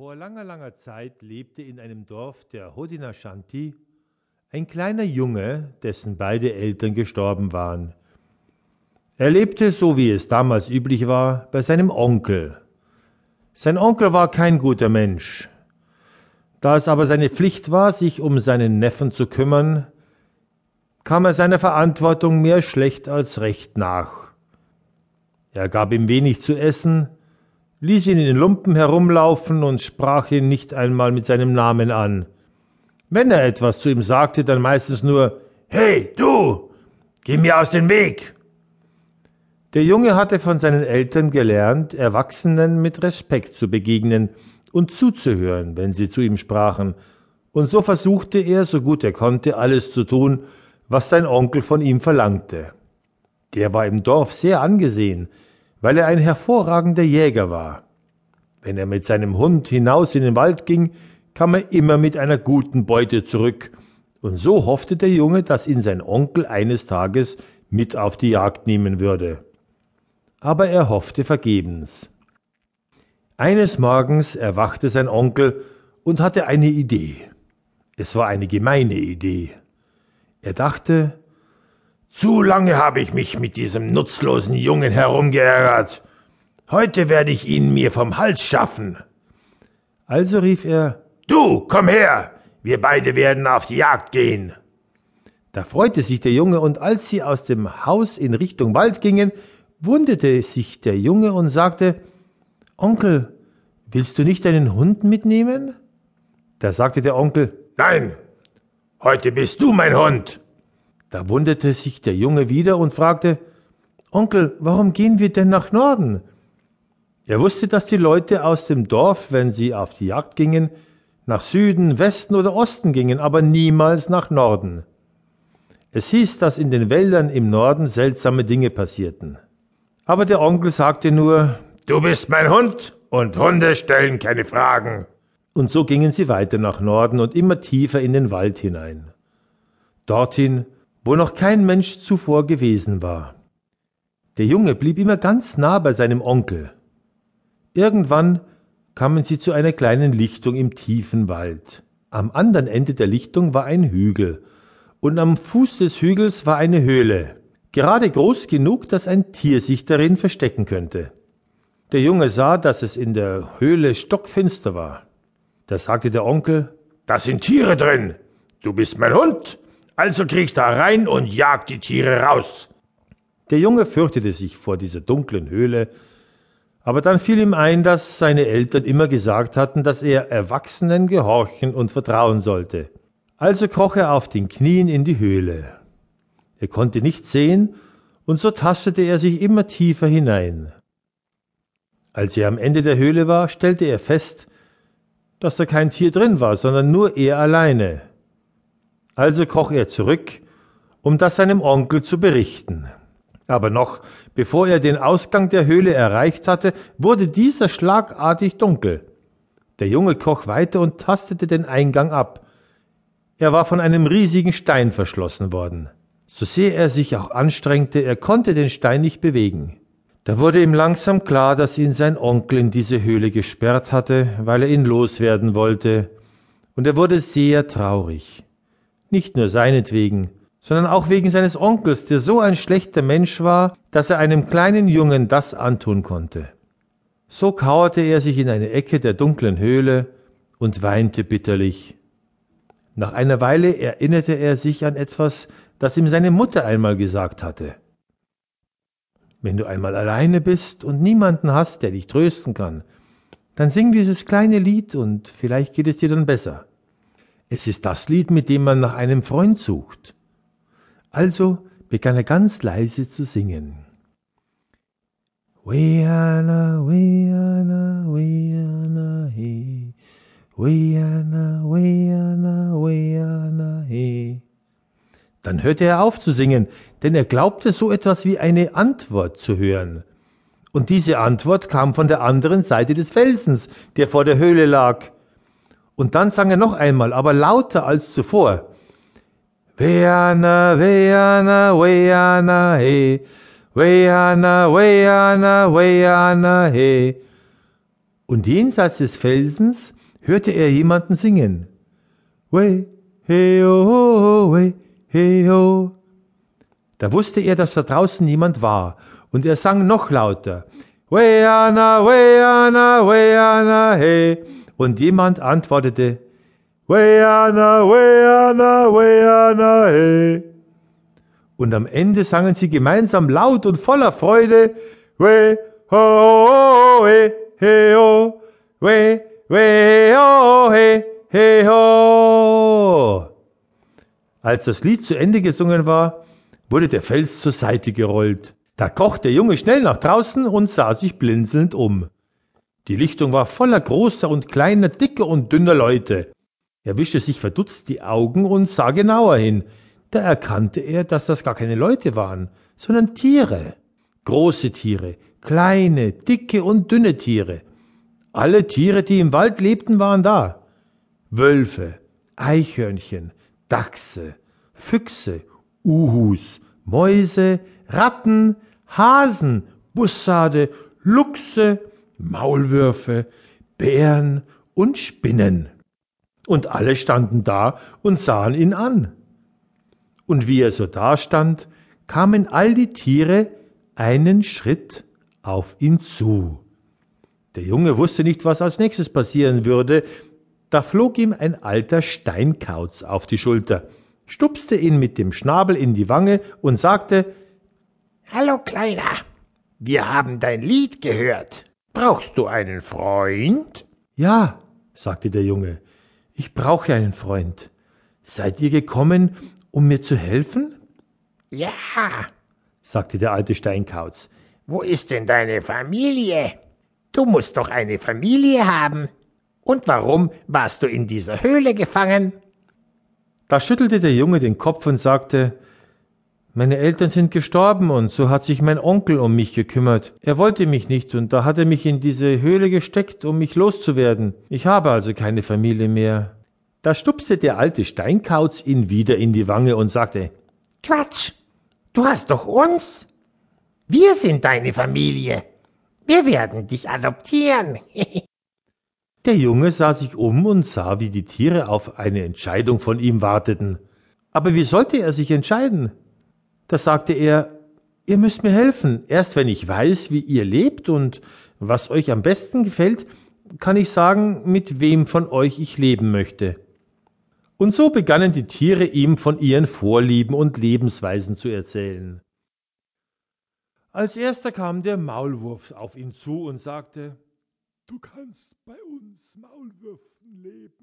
Vor langer, langer Zeit lebte in einem Dorf der Haudenosaunee ein kleiner Junge, dessen beide Eltern gestorben waren. Er lebte, so wie es damals üblich war, bei seinem Onkel. Sein Onkel war kein guter Mensch. Da es aber seine Pflicht war, sich um seinen Neffen zu kümmern, kam er seiner Verantwortung mehr schlecht als recht nach. Er gab ihm wenig zu essen, ließ ihn in den Lumpen herumlaufen und sprach ihn nicht einmal mit seinem Namen an. Wenn er etwas zu ihm sagte, dann meistens nur: »Hey, du, geh mir aus dem Weg!« Der Junge hatte von seinen Eltern gelernt, Erwachsenen mit Respekt zu begegnen und zuzuhören, wenn sie zu ihm sprachen, und so versuchte er, so gut er konnte, alles zu tun, was sein Onkel von ihm verlangte. Der war im Dorf sehr angesehen, weil er ein hervorragender Jäger war. Wenn er mit seinem Hund hinaus in den Wald ging, kam er immer mit einer guten Beute zurück, und so hoffte der Junge, dass ihn sein Onkel eines Tages mit auf die Jagd nehmen würde. Aber er hoffte vergebens. Eines Morgens erwachte sein Onkel und hatte eine Idee. Es war eine gemeine Idee. Er dachte: »Zu lange habe ich mich mit diesem nutzlosen Jungen herumgeärgert. Heute werde ich ihn mir vom Hals schaffen.« Also rief er: »Du, komm her, wir beide werden auf die Jagd gehen.« Da freute sich der Junge, und als sie aus dem Haus in Richtung Wald gingen, wunderte sich der Junge und sagte: »Onkel, willst du nicht deinen Hund mitnehmen?« Da sagte der Onkel: »Nein, heute bist du mein Hund.« Da wunderte sich der Junge wieder und fragte: »Onkel, warum gehen wir denn nach Norden?« Er wusste, dass die Leute aus dem Dorf, wenn sie auf die Jagd gingen, nach Süden, Westen oder Osten gingen, aber niemals nach Norden. Es hieß, dass in den Wäldern im Norden seltsame Dinge passierten. Aber der Onkel sagte nur: »Du bist mein Hund, und Hunde stellen keine Fragen.« Und so gingen sie weiter nach Norden und immer tiefer in den Wald hinein. Dorthin, wo noch kein Mensch zuvor gewesen war. Der Junge blieb immer ganz nah bei seinem Onkel. Irgendwann kamen sie zu einer kleinen Lichtung im tiefen Wald. Am anderen Ende der Lichtung war ein Hügel, und am Fuß des Hügels war eine Höhle, gerade groß genug, dass ein Tier sich darin verstecken könnte. Der Junge sah, dass es in der Höhle stockfinster war. Da sagte der Onkel: »Da sind Tiere drin. Du bist mein Hund, also kriech da rein und jag die Tiere raus.« Der Junge fürchtete sich vor dieser dunklen Höhle, aber dann fiel ihm ein, dass seine Eltern immer gesagt hatten, dass er Erwachsenen gehorchen und vertrauen sollte. Also kroch er auf den Knien in die Höhle. Er konnte nichts sehen, und so tastete er sich immer tiefer hinein. Als er am Ende der Höhle war, stellte er fest, dass da kein Tier drin war, sondern nur er alleine. Also kroch er zurück, um das seinem Onkel zu berichten. Aber noch bevor er den Ausgang der Höhle erreicht hatte, wurde dieser schlagartig dunkel. Der Junge kroch weiter und tastete den Eingang ab. Er war von einem riesigen Stein verschlossen worden. So sehr er sich auch anstrengte, er konnte den Stein nicht bewegen. Da wurde ihm langsam klar, dass ihn sein Onkel in diese Höhle gesperrt hatte, weil er ihn loswerden wollte, und er wurde sehr traurig. Nicht nur seinetwegen, sondern auch wegen seines Onkels, der so ein schlechter Mensch war, dass er einem kleinen Jungen das antun konnte. So kauerte er sich in eine Ecke der dunklen Höhle und weinte bitterlich. Nach einer Weile erinnerte er sich an etwas, das ihm seine Mutter einmal gesagt hatte. Wenn du einmal alleine bist und niemanden hast, der dich trösten kann, dann sing dieses kleine Lied und vielleicht geht es dir dann besser. Es ist das Lied, mit dem man nach einem Freund sucht. Also begann er ganz leise zu singen. Weana, weana, weana, he. Weana, weana, weana, he. Dann hörte er auf zu singen, denn er glaubte, so etwas wie eine Antwort zu hören. Und diese Antwort kam von der anderen Seite des Felsens, der vor der Höhle lag. Und dann sang er noch einmal, aber lauter als zuvor. Weana, weana, weana, he. Weana, weana, weana, he. Und jenseits des Felsens hörte er jemanden singen. Way, hey, ho, way, hey, ho. Da wusste er, dass da draußen jemand war, und er sang noch lauter. Weana, weana, weana, hey. Und jemand antwortete, Weana, weana, weana, hey. Und am Ende sangen sie gemeinsam laut und voller Freude, We, ho, he, he, ho, we, ho, he, he, ho. Als das Lied zu Ende gesungen war, wurde der Fels zur Seite gerollt. Da kroch der Junge schnell nach draußen und sah sich blinzelnd um. Die Lichtung war voller großer und kleiner, dicker und dünner Leute. Er wischte sich verdutzt die Augen und sah genauer hin. Da erkannte er, dass das gar keine Leute waren, sondern Tiere. Große Tiere, kleine, dicke und dünne Tiere. Alle Tiere, die im Wald lebten, waren da. Wölfe, Eichhörnchen, Dachse, Füchse, Uhus, Mäuse, Ratten, Hasen, Bussarde, Luchse, Maulwürfe, Bären und Spinnen. Und alle standen da und sahen ihn an. Und wie er so dastand, kamen all die Tiere einen Schritt auf ihn zu. Der Junge wusste nicht, was als nächstes passieren würde. Da flog ihm ein alter Steinkauz auf die Schulter, stupste ihn mit dem Schnabel in die Wange und sagte, »Hallo, Kleiner, wir haben dein Lied gehört. Brauchst du einen Freund?« »Ja«, sagte der Junge, »ich brauche einen Freund. Seid ihr gekommen, um mir zu helfen?« »Ja«, sagte der alte Steinkauz. »Wo ist denn deine Familie? Du musst doch eine Familie haben. Und warum warst du in dieser Höhle gefangen?« Da schüttelte der Junge den Kopf und sagte, »Meine Eltern sind gestorben und so hat sich mein Onkel um mich gekümmert. Er wollte mich nicht und da hat er mich in diese Höhle gesteckt, um mich loszuwerden. Ich habe also keine Familie mehr.« Da stupste der alte Steinkauz ihn wieder in die Wange und sagte, »Quatsch, du hast doch uns. Wir sind deine Familie. Wir werden dich adoptieren.« Der Junge sah sich um und sah, wie die Tiere auf eine Entscheidung von ihm warteten. Aber wie sollte er sich entscheiden? Da sagte er, »Ihr müsst mir helfen. Erst wenn ich weiß, wie ihr lebt und was euch am besten gefällt, kann ich sagen, mit wem von euch ich leben möchte.« Und so begannen die Tiere ihm von ihren Vorlieben und Lebensweisen zu erzählen. Als erster kam der Maulwurf auf ihn zu und sagte, »Du kannst bei uns Maulwürfen leben.